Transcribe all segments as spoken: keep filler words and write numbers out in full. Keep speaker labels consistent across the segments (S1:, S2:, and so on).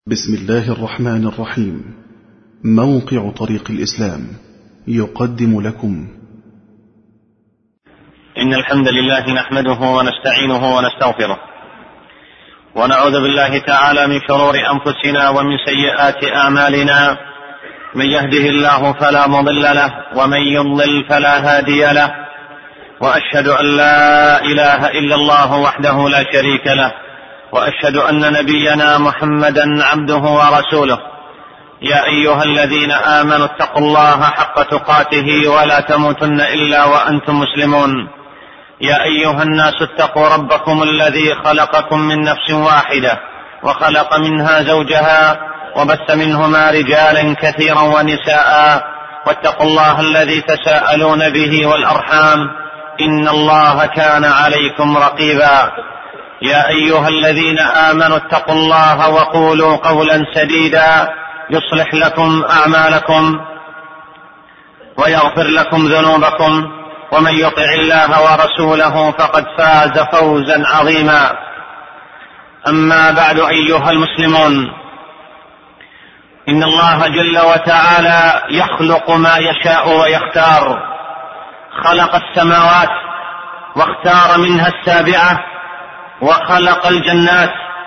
S1: بسم الله الرحمن الرحيم. موقع طريق الإسلام يقدم لكم
S2: إن الحمد لله نحمده ونستعينه ونستغفره ونعوذ بالله تعالى من شرور أنفسنا ومن سيئات أعمالنا، من يهده الله فلا مضل له ومن يضلل فلا هادي له، وأشهد أن لا إله إلا الله وحده لا شريك له، وأشهد أن نبينا محمدا عبده ورسوله. يا أيها الذين آمنوا اتقوا الله حق تقاته ولا تموتن إلا وأنتم مسلمون. يا أيها الناس اتقوا ربكم الذي خلقكم من نفس واحدة وخلق منها زوجها وبث منهما رجالا كثيرا ونساء، واتقوا الله الذي تساءلون به والأرحام إن الله كان عليكم رقيبا. يا أيها الذين آمنوا اتقوا الله وقولوا قولا سديدا يصلح لكم أعمالكم ويغفر لكم ذنوبكم، ومن يطع الله ورسوله فقد فاز فوزا عظيما. أما بعد أيها المسلمون، إن الله جل وتعالى يخلق ما يشاء ويختار. خلق السماوات واختار منها السابعة، وخلق الجنات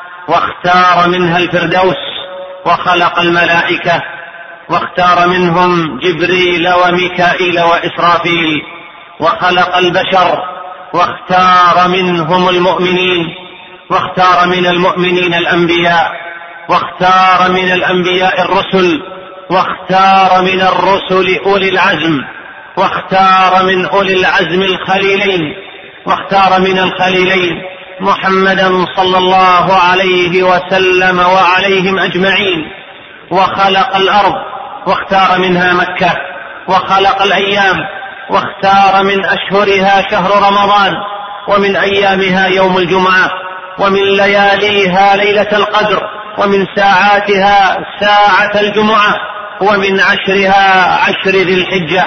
S2: واختار منها الفردوس، وخلق الملائكة واختار منهم جبريل وميكائيل وإسرافيل، وخلق البشر واختار منهم المؤمنين، واختار من المؤمنين الأنبياء، واختار من الأنبياء الرسل، واختار من الرسل أولي العزم، واختار من أولي العزم الخليلين، واختار من الخليلين محمدا صلى الله عليه وسلم وعليهم أجمعين. وخلق الأرض واختار منها مكة، وخلق الأيام واختار من أشهرها شهر رمضان، ومن أيامها يوم الجمعة، ومن لياليها ليلة القدر، ومن ساعاتها ساعة الجمعة، ومن عشرها عشر ذي الحجة.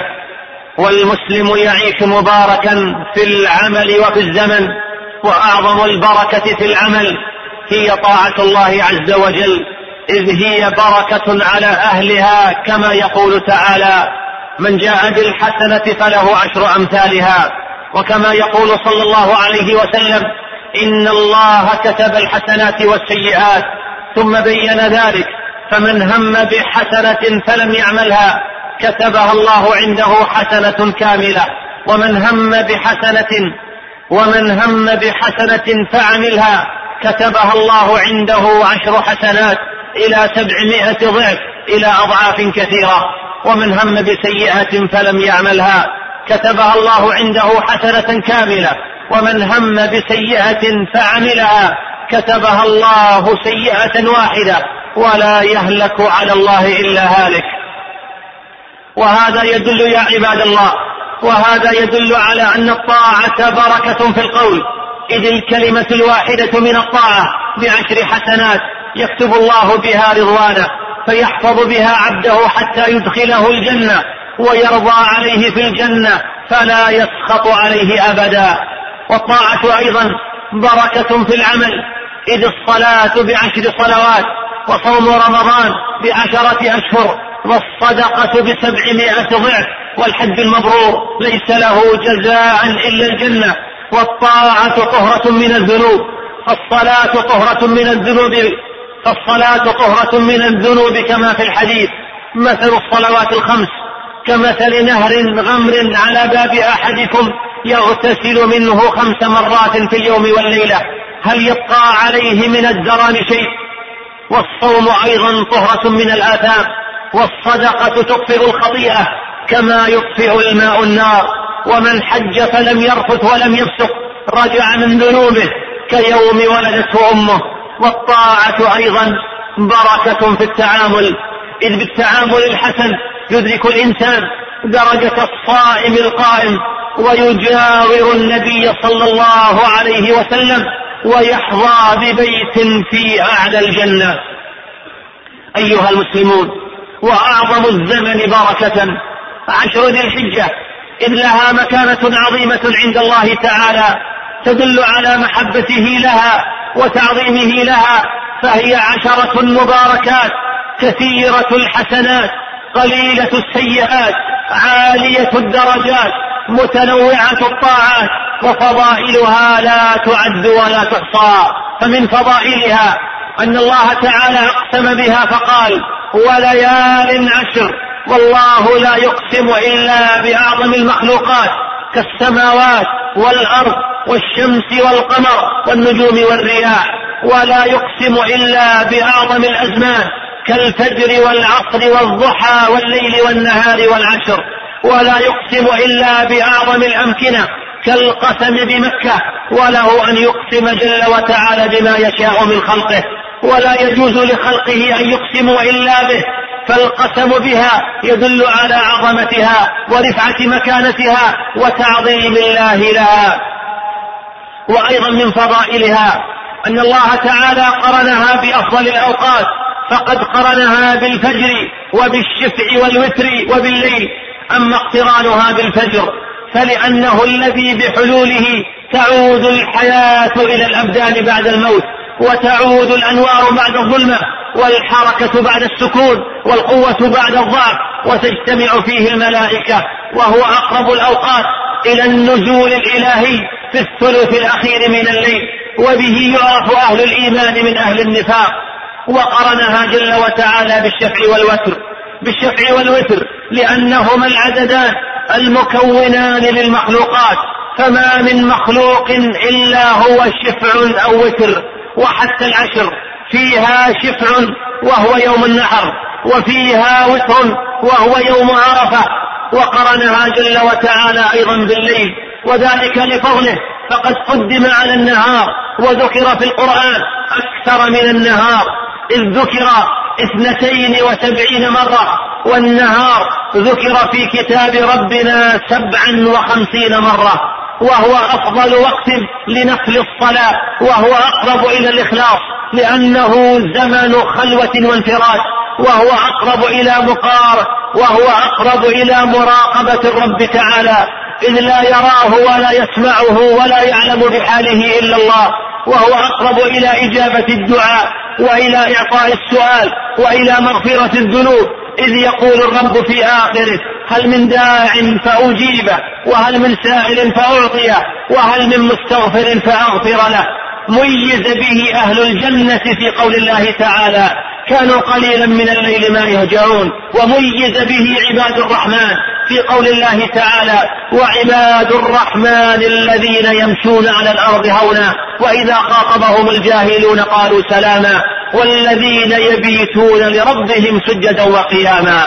S2: والمسلم يعيش مباركا في العمل وفي الزمن، وأعظم البركة في العمل هي طاعة الله عز وجل، إذ هي بركة على أهلها، كما يقول تعالى: من جاء بالحسنة فله عشر أمثالها. وكما يقول صلى الله عليه وسلم: إن الله كتب الحسنات والسيئات ثم بين ذلك، فمن هم بحسنة فلم يعملها كتبها الله عنده حسنة كاملة، ومن هم بحسنة ومن هم بحسنة فعملها كتبها الله عنده عشر حسنات إلى سبعمائة ضعف، إلى أضعاف كثيرة. ومن هم بسيئة فلم يعملها كتبها الله عنده حسنة كاملة، ومن هم بسيئة فعملها كتبها الله سيئة واحدة، ولا يهلك على الله إلا هالك. وهذا يدل يا عباد الله، وهذا يدل على أن الطاعة بركة في القول، إذ الكلمة الواحدة من الطاعة بعشر حسنات يكتب الله بها رضوانه، فيحفظ بها عبده حتى يدخله الجنة ويرضى عليه في الجنة فلا يسخط عليه أبدا. والطاعة أيضا بركة في العمل، إذ الصلاة بعشر صلوات، وصوم رمضان بعشرة أشهر، والصدقة بسبعمائة ضعف، والحج المبرور ليس له جزاء إلا الجنة. والطاعة طهرة من الذنوب، فالصلاة طهرة من الذنوب فالصلاة طهرة من الذنوب كما في الحديث: مثل الصلوات الخمس كمثل نهر غمر على باب أحدكم يغتسل منه خمس مرات في اليوم والليلة، هل يبقى عليه من الدرن شيء؟ والصوم أيضا طهرة من الآثام، والصدقة تطفئ الخطيئة كما يطفئ الماء النار. ومن حج فلم يرفث ولم يفسق رجع من ذنوبه كيوم ولدته أمه. والطاعة أيضا بركة في التعامل، إذ بالتعامل الحسن يدرك الإنسان درجة الصائم القائم، ويجاور النبي صلى الله عليه وسلم، ويحظى ببيت في أعلى الجنة. أيها المسلمون، وأعظم الزمن بركة عشر ذي الحجة، إذ لها مكانة عظيمة عند الله تعالى تدل على محبته لها وتعظيمه لها، فهي عشرة مباركات كثيرة الحسنات قليلة السيئات عالية الدرجات متنوعة الطاعات، وفضائلها لا تعد ولا تحصى. فمن فضائلها أن الله تعالى أقسم بها فقال: وليال عشر، والله لا يقسم إلا بأعظم المخلوقات كالسماوات والأرض والشمس والقمر والنجوم والرياح، ولا يقسم إلا بأعظم الأزمان كالفجر والعصر والضحى والليل والنهار والعشر، ولا يقسم إلا بأعظم الأمكنة كالقسم بمكة، وله أن يقسم جل وتعالى بما يشاء من خلقه، ولا يجوز لخلقه أن يقسموا إلا به، فالقسم بها يدل على عظمتها ورفعة مكانتها وتعظيم الله لها. وأيضا من فضائلها أن الله تعالى قرنها بأفضل الأوقات، فقد قرنها بالفجر وبالشفع والوتر وبالليل. أما اقترانها بالفجر فلأنه الذي بحلوله تعود الحياة إلى الأبدان بعد الموت، وتعود الأنوار بعد الظلمة، والحركة بعد السكون، والقوة بعد الضعف، وتجتمع فيه الملائكة، وهو أقرب الأوقات إلى النزول الإلهي في الثلث الأخير من الليل، وبه يعرف أهل الإيمان من أهل النفاق. وقرنها جل وتعالى بالشفع والوتر بالشفع والوتر لأنهما العددان المكونان للمخلوقات، فما من مخلوق إلا هو شفع أو وتر. وحتى العشر فيها شفع وهو يوم النحر، وفيها وتر وهو يوم عرفة. وقرنها جل وتعالى أيضا بالليل، وذلك لفضله، فقد قدم على النهار وذكر في القرآن أكثر من النهار، إذ ذكر اثنتين وسبعين مرة، والنهار ذكر في كتاب ربنا سبعا وخمسين مرة، وهو أفضل وقت لنفل الصلاة، وهو أقرب إلى الإخلاص لأنه زمن خلوة وانفراد، وهو أقرب إلى مقار وهو أقرب إلى مراقبة الرب تعالى، إذ لا يراه ولا يسمعه ولا يعلم بحاله إلا الله، وهو أقرب إلى إجابة الدعاء وإلى إعطاء السؤال وإلى مغفرة الذنوب، إذ يقول الرب في آخره: هل من داع فأجيبه، وهل من سائل فأعطيه، وهل من مستغفر فأغفر له. ميز به أهل الجنة في قول الله تعالى: كانوا قليلا من الليل ما يهجعون. وميز به عباد الرحمن في قول الله تعالى: وعباد الرحمن الذين يمشون على الأرض هونا وإذا خاطبهم الجاهلون قالوا سلاما والذين يبيتون لربهم سجدا وقياما.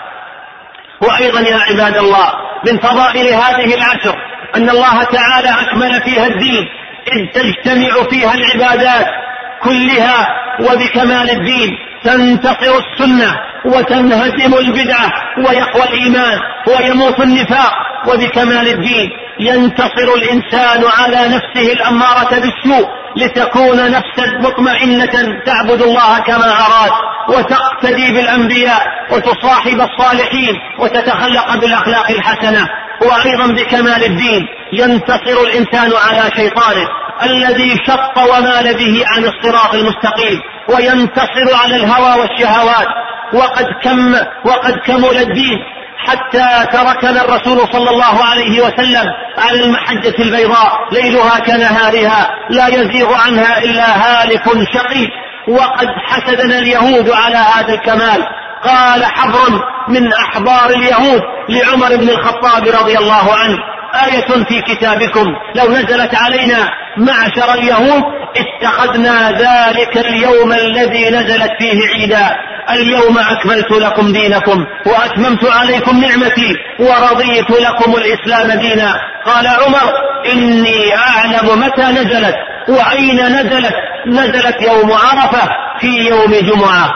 S2: وأيضا يا عباد الله من فضائل هذه العشر أن الله تعالى أكمل فيها الدين، إذ تجتمع فيها العبادات كلها، وبكمال الدين تنتصر السنة وتنهزم البدعة ويقوى الإيمان ويموت النفاق، وبكمال الدين ينتصر الإنسان على نفسه الأمارة بالسوء لتكون نفسا مطمئنة تعبد الله كما أراد وتقتدي بالأنبياء وتصاحب الصالحين وتتخلق بالأخلاق الحسنة. وأيضا بكمال الدين ينتصر الإنسان على شيطانه الذي شط ومال به عن الصراط المستقيم، وينتصر على الهوى والشهوات. وقد كم وقد كمل الدين حتى تركنا الرسول صلى الله عليه وسلم على المحجة البيضاء ليلها كنهارها لا يزيغ عنها إلا هالك شقي. وقد حسدنا اليهود على هذا الكمال. قال حبر من أحبار اليهود لعمر بن الخطاب رضي الله عنه: آية في كتابكم لو نزلت علينا معشر اليهود اتخذنا ذلك اليوم الذي نزلت فيه عيدا، اليوم أكملت لكم دينكم وأتممت عليكم نعمتي ورضيت لكم الإسلام دينا. قال عمر: إني أعلم متى نزلت وأين نزلت، نزلت يوم عرفة في يوم جمعة.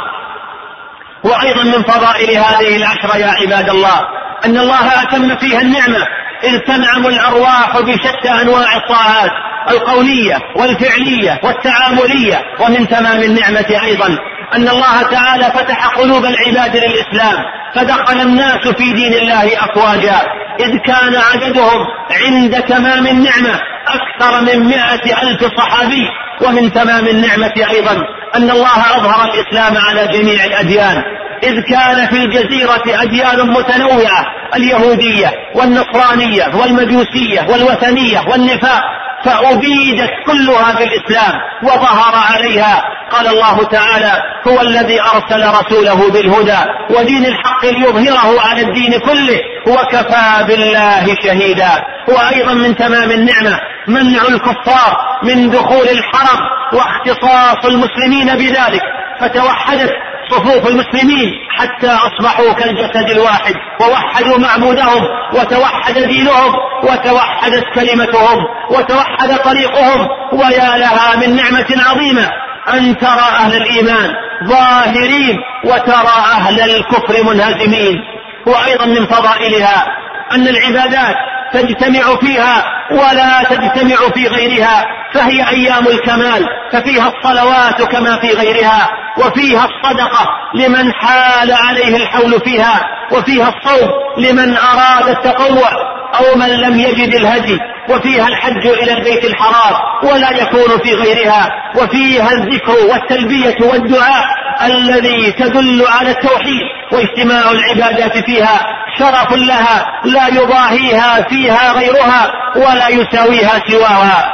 S2: وأيضا من فضائل هذه العشرة يا عباد الله أن الله أتم فيها النعمة، إذ تنعم الأرواح بشتى أنواع الطاعات القولية والفعلية والتعاملية. ومن تمام النعمة أيضا أن الله تعالى فتح قلوب العباد للإسلام، فدخل الناس في دين الله أفواجا، إذ كان عددهم عند تمام النعمة أكثر من مائة ألف صحابي. ومن تمام النعمة أيضا أن الله أظهر الإسلام على جميع الأديان، إذ كان في الجزيرة أديان متنوعة، اليهودية والنصرانية والمجوسية والوثنية والنفاق، فأبيدت كلها في الإسلام وظهر عليها. قال الله تعالى: هو الذي أرسل رسوله بالهدى ودين الحق ليظهره على الدين كله وكفى بالله شهيدا. وأيضا من تمام النعمة منع الكفار من دخول الحرم واختصاص المسلمين بذلك، فتوحدت صفوف المسلمين حتى أصبحوا كالجسد الواحد ووحدوا معبودهم وتوحد دينهم وتوحدت كلمتهم وتوحد طريقهم. ويا لها من نعمة عظيمة أن ترى أهل الإيمان ظاهرين وترى أهل الكفر منهزمين. وأيضا من فضائلها أن العبادات تجتمع فيها ولا تجتمع في غيرها، فهي أيام الكمال، ففيها الصلوات كما في غيرها، وفيها الصدقة لمن حال عليه الحول فيها، وفيها الصوم لمن أراد التطوع أو من لم يجد الهدي، وفيها الحج إلى البيت الحرام ولا يكون في غيرها، وفيها الذكر والتلبية والدعاء الذي تدل على التوحيد. واجتماع العبادات فيها شرف لها لا يضاهيها فيها غيرها ولا يساويها سواها.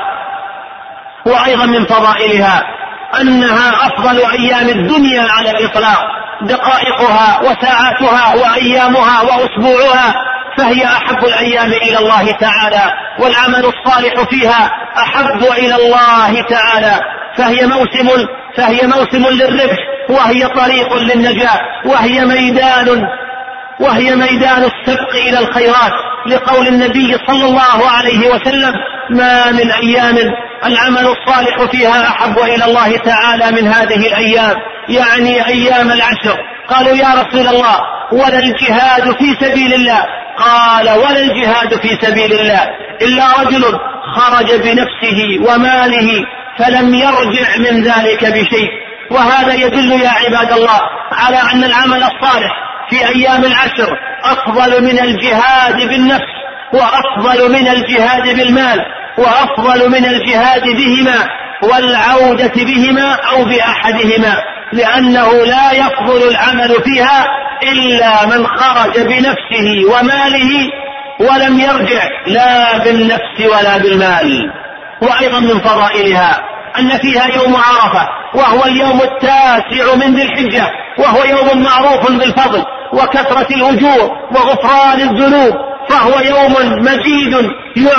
S2: وأيضا من فضائلها أنها أفضل أيام الدنيا على الإطلاق، دقائقها وساعاتها وأيامها وأسبوعها، فهي أحب الأيام إلى الله تعالى، والعمل الصالح فيها أحب إلى الله تعالى، فهي موسم فهي موسم للربح، وهي طريق للنجاة، وهي ميدان وهي ميدان السبق إلى الخيرات، لقول النبي صلى الله عليه وسلم: ما من أيام العمل الصالح فيها أحب إلى الله تعالى من هذه الأيام، يعني أيام العشر. قالوا: يا رسول الله، ولا الجهاد في سبيل الله؟ قال: ولا الجهاد في سبيل الله إلا رجل خرج بنفسه وماله فلم يرجع من ذلك بشيء. وهذا يدل يا عباد الله على أن العمل الصالح في أيام العشر أفضل من الجهاد بالنفس، وأفضل من الجهاد بالمال، وأفضل من الجهاد بهما والعودة بهما أو بأحدهما، لأنه لا يفضل العمل فيها إلا من خرج بنفسه وماله ولم يرجع لا بالنفس ولا بالمال. وأيضا من فضائلها أن فيها يوم عرفة، وهو اليوم التاسع من ذي الحجة، وهو يوم معروف بالفضل وكثرة الأجور وغفران الذنوب، فهو يوم مجيد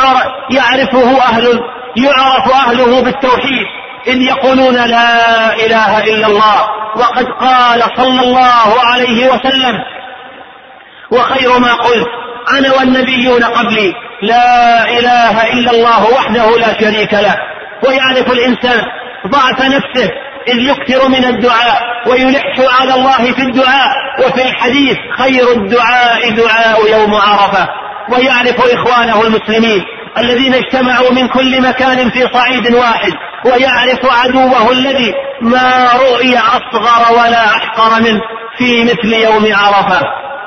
S2: يعرفه أهل يعرف أهله بالتوحيد، إذ يقولون: لا إله إلا الله. وقد قال صلى الله عليه وسلم: وخير ما قلت أنا والنبيون قبلي لا إله إلا الله وحده لا شريك له. ويعرف الإنسان ضعف نفسه إذ يكثر من الدعاء ويلح على الله في الدعاء، وفي الحديث: خير الدعاء دعاء يوم عرفة. ويعرف إخوانه المسلمين الذين اجتمعوا من كل مكان في صعيد واحد، ويعرف عدوه الذي ما رؤي أصغر ولا أحقر منه في مثل يوم عرفة.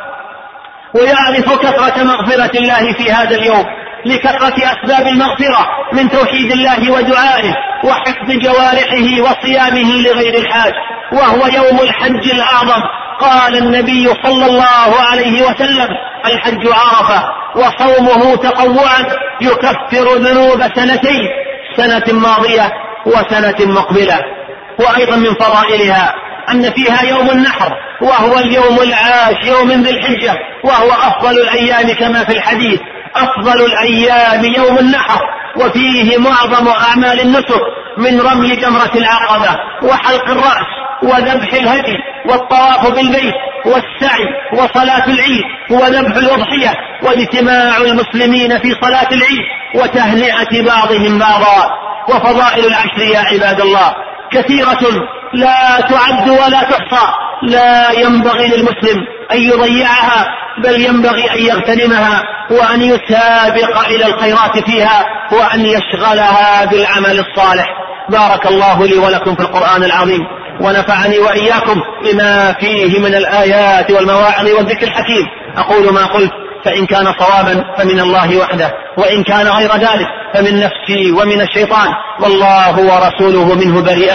S2: ويعرف كثرة مغفرة الله في هذا اليوم لكثرة أسباب المغفرة من توحيد الله ودعائه وحفظ جوارحه وصيامه لغير الحاج، وهو يوم الحج الأعظم. قال النبي صلى الله عليه وسلم: الحج عرفة، وصومه تطوعا يكفر ذنوب سنتين، سنة ماضية وسنة مقبلة. وأيضا من فضائلها أن فيها يوم النحر، وهو اليوم العاشر من ذي الحجة، وهو أفضل الأيام كما في الحديث: أفضل الأيام يوم النحر، وفيه معظم أعمال النسك من رمي جمرة العقبة وحلق الرأس وذبح الهدي والطواف بالبيت والسعي وصلاة العيد وذبح الأضحية واجتماع المسلمين في صلاة العيد وتهنئة بعضهم بعضا. وفضائل العشر يا عباد الله كثيرة لا تعد ولا تحصى، لا ينبغي للمسلم أن يضيعها، بل ينبغي أن يغتنمها وأن يسابق إلى الخيرات فيها وأن يشغلها بالعمل الصالح. بارك الله لي ولكم في القرآن العظيم، ونفعني وإياكم بما فيه من الآيات والمواعظ والذكر الحكيم. أقول ما قلت، فإن كان صوابا فمن الله وحده، وإن كان غير ذلك فمن نفسي ومن الشيطان، والله ورسوله منه بريئان.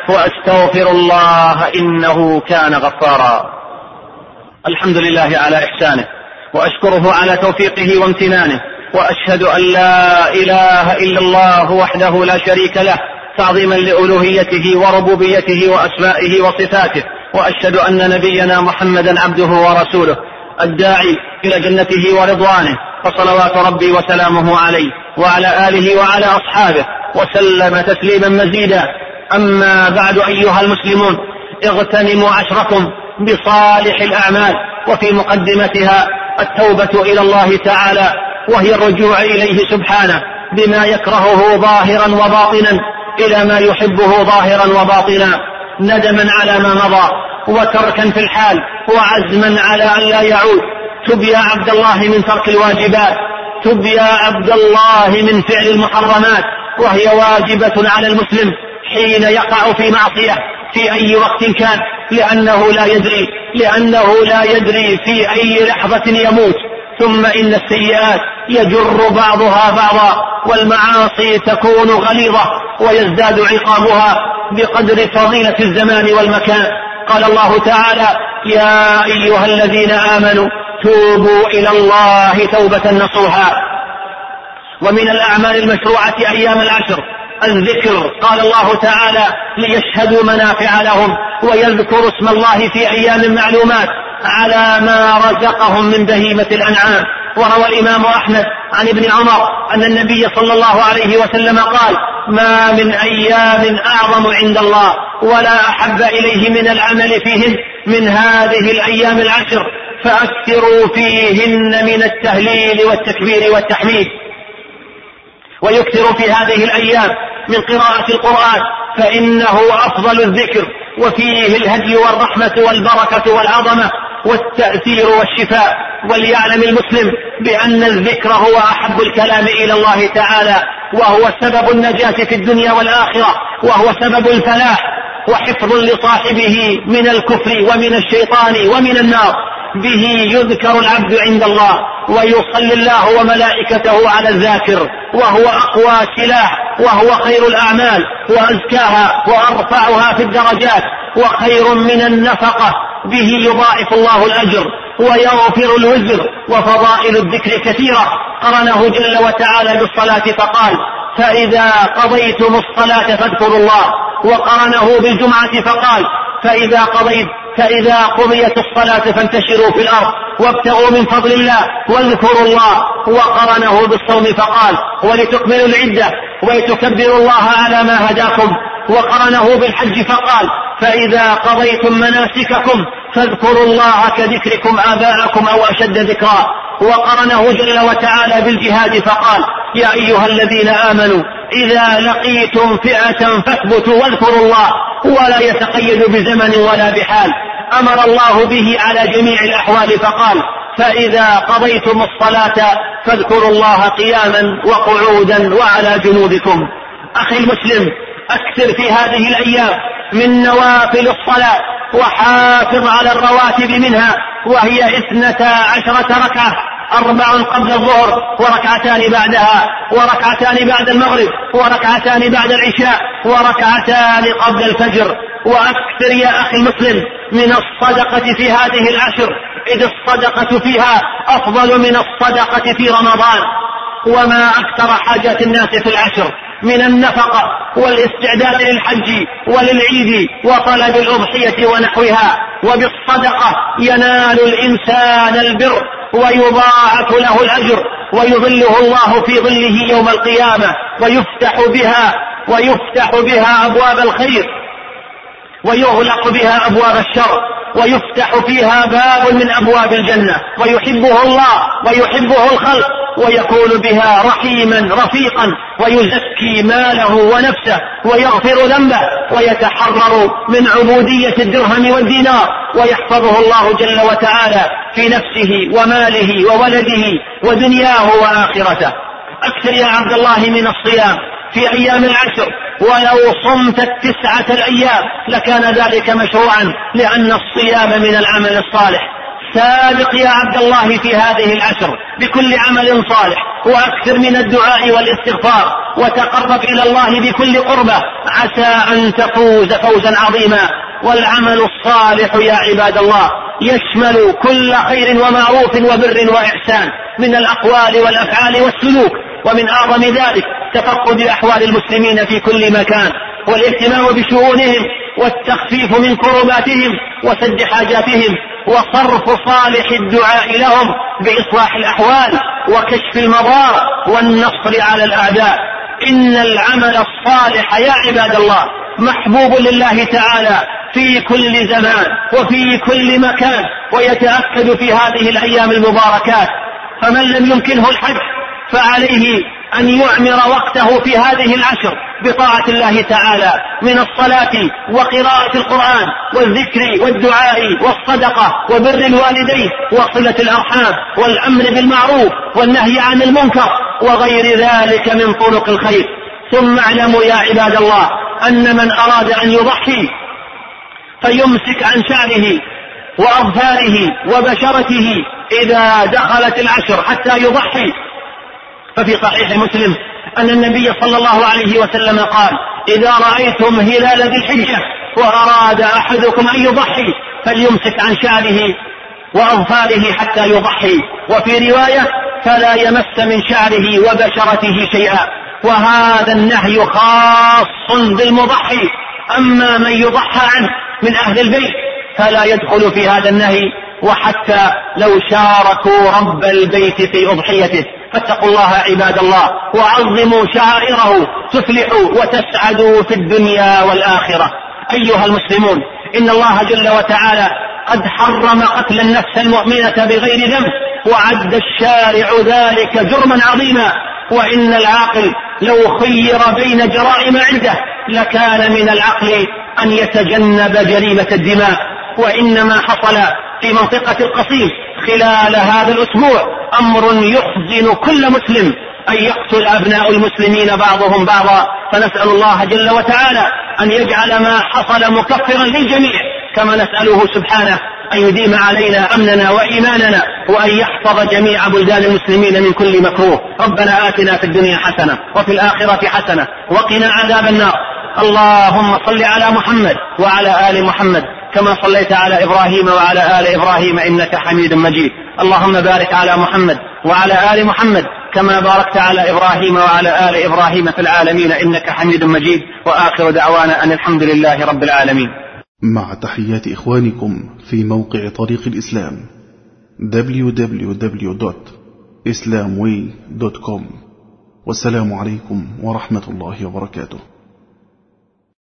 S2: وأستغفر الله إنه كان غفارا. الحمد لله على إحسانه، وأشكره على توفيقه وامتنانه، وأشهد أن لا إله إلا الله وحده لا شريك له تعظيما لألوهيته وربوبيته وأسمائه وصفاته، وأشهد أن نبينا محمدا عبده ورسوله الداعي إلى جنته ورضوانه، فصلوات ربي وسلامه عليه وعلى آله وعلى أصحابه وسلم تسليما مزيدا. أما بعد أيها المسلمون، اغتنموا عشركم بصالح الأعمال، وفي مقدمتها التوبة إلى الله تعالى، وهي الرجوع إليه سبحانه بما يكرهه ظاهرا وباطنا إلى ما يحبه ظاهرا وباطنا، ندما على ما مضى وتركا في الحال وعزما على أن لا يعود. تب يا عبد الله من ترك الواجبات، تب يا عبد الله من فعل المحرمات، وهي واجبة على المسلم حين يقع في معصية في أي وقت كان، لأنه لا يدري لأنه لا يدري في أي لحظة يموت. ثم إن السيئات يجر بعضها بعضا، والمعاصي تكون غليظة ويزداد عقابها بقدر فضيلة الزمان والمكان. قال الله تعالى: يا أيها الذين آمنوا توبوا إلى الله توبة نصوحا. ومن الأعمال المشروعة أيام العشر الذكر، قال الله تعالى: ليشهدوا منافع لهم ويذكروا اسم الله في أيام معلومات على ما رزقهم من بهيمة الأنعام. وروى الإمام أحمد عن ابن عمر أن النبي صلى الله عليه وسلم قال: ما من أيام أعظم عند الله ولا أحب إليه من العمل فيهن من هذه الأيام العشر، فأكثروا فيهن من التهليل والتكبير والتحميد. ويكثر في هذه الأيام من قراءة القرآن، فإنه أفضل الذكر، وفيه الهدي والرحمة والبركة والعظمة والتأثير والشفاء. وليعلم المسلم بأن الذكر هو أحب الكلام إلى الله تعالى، وهو سبب النجاة في الدنيا والآخرة، وهو سبب الفلاح وحفظ لصاحبه من الكفر ومن الشيطان ومن النار. به يذكر العبد عند الله، ويصلي الله وملائكته على الذاكر، وهو أقوى سلاح، وهو خير الأعمال وأزكاها وأرفعها في الدرجات، وخير من النفقة. به يضاعف الله الأجر ويغفر الوزر. وفضائل الذكر كثيرة، قرنه جل وتعالى بالصلاة فقال: فإذا قضيتم الصلاة فاذكروا الله. وقرنه بالجمعة فقال: فإذا قضيت فإذا قضيت الصلاة فانتشروا في الأرض وابتغوا من فضل الله واذكروا الله. وقرنه بالصوم فقال: ولتكملوا العدة ولتكبروا الله على ما هداكم. وقرنه بالحج فقال: فإذا قضيتم مناسككم فاذكروا الله كذكركم آباءكم أو أشد ذكرا. وقرنه جل وتعالى بالجهاد فقال: يا أيها الذين آمنوا إذا لقيتم فئة فاثبتوا واذكروا الله، ولا يتقيد بزمن ولا بحال. أمر الله به على جميع الأحوال فقال: فإذا قضيتم الصلاة فاذكروا الله قياما وقعودا وعلى جنوبكم. أخي المسلم، أكثر في هذه الأيام من نوافل الصلاة، وحافظ على الرواتب منها، وهي اثنتا عشرة ركعة: أربع قبل الظهر، وركعتان بعدها، وركعتان بعد المغرب، وركعتان بعد العشاء، وركعتان قبل الفجر. وأكثر يا أخي المسلم من الصدقة في هذه العشر، إذ الصدقة فيها أفضل من الصدقة في رمضان. وما أكثر حاجات الناس في العشر من النفقة والاستعداد للحج وللعيد وطلب الأضحية ونحوها. وبالصدقة ينال الإنسان البر ويضاعف له الأجر، ويظله الله في ظله يوم القيامة، ويفتح بها ويفتح بها أبواب الخير، ويغلق بها أبواب الشر، ويفتح فيها باب من أبواب الجنة، ويحبه الله ويحبه الخلق، ويكون بها رحيما رفيقا، ويزكي ماله ونفسه، ويغفر ذنبه، ويتحرر من عبودية الدرهم والدينار، ويحفظه الله جل وتعالى في نفسه وماله وولده ودنياه وآخرته. أكثر يا عبد الله من الصيام في أيام العشر، ولو صمت التسعة الأيام لكان ذلك مشروعا، لأن الصيام من العمل الصالح. سابق يا عبد الله في هذه العشر بكل عمل صالح، وأكثر من الدعاء والاستغفار، وتقرب إلى الله بكل قربة، عسى أن تفوز فوزا عظيما. والعمل الصالح يا عباد الله يشمل كل خير ومعروف وبر وإحسان من الأقوال والأفعال والسلوك، ومن أعظم ذلك تفقد أحوال المسلمين في كل مكان، والاهتمام بشؤونهم، والتخفيف من كرباتهم، وسد حاجاتهم، وصرف صالح الدعاء لهم بإصلاح الأحوال وكشف المضار والنصر على الأعداء. إن العمل الصالح يا عباد الله محبوب لله تعالى في كل زمان وفي كل مكان، ويتأكد في هذه الأيام المباركات. فمن لم يمكنه الحج فعليه أن يعمر وقته في هذه العشر بطاعة الله تعالى من الصلاة وقراءة القرآن والذكر والدعاء والصدقة وبر الوالدين وصلة الأرحام والأمر بالمعروف والنهي عن المنكر وغير ذلك من طرق الخير. ثم اعلموا يا عباد الله أن من أراد أن يضحي فيمسك عن شعره وأظفاره وبشرته إذا دخلت العشر حتى يضحي. ففي صحيح مسلم أن النبي صلى الله عليه وسلم قال: إذا رأيتم هلال ذي الحجة وأراد أحدكم أن يضحي فليمسك عن شعره وأظفاره حتى يضحي. وفي رواية: فلا يمس من شعره وبشرته شيئا. وهذا النهي خاص بالمضحي. أما من يضحى عنه من أهل البيت فلا يدخل في هذا النهي، وحتى لو شاركوا رب البيت في أضحيته. فاتقوا الله عباد الله وعظموا شعائره تفلحوا وتسعدوا في الدنيا والآخرة. أيها المسلمون، إن الله جل وتعالى قد حرم قتل النفس المؤمنة بغير ذنب، وعد الشارع ذلك جرما عظيما. وإن العاقل لو خير بين جرائم عدة لكان من العقل أن يتجنب جريمة الدماء. وإنما حصل في منطقة القصيم خلال هذا الأسبوع أمر يحزن كل مسلم، أن يقتل أبناء المسلمين بعضهم بعضا. فنسأل الله جل وتعالى أن يجعل ما حصل مكفرا للجميع، كما نسأله سبحانه أن يديم علينا أمننا وإيماننا، وأن يحفظ جميع بلدان المسلمين من كل مكروه. ربنا آتنا في الدنيا حسنة وفي الآخرة حسنة وقنا عذاب النار. اللهم صل على محمد وعلى آل محمد كما صليت على إبراهيم وعلى آل إبراهيم إنك حميد مجيد. اللهم بارك على محمد وعلى آل محمد كما باركت على إبراهيم وعلى آل إبراهيم في العالمين إنك حميد مجيد. وآخر دعوانا أن الحمد لله رب العالمين.
S1: مع تحيات إخوانكم في موقع طريق الإسلام دبليو دبليو دبليو دوت إسلام واي دوت كوم. والسلام عليكم ورحمة الله وبركاته.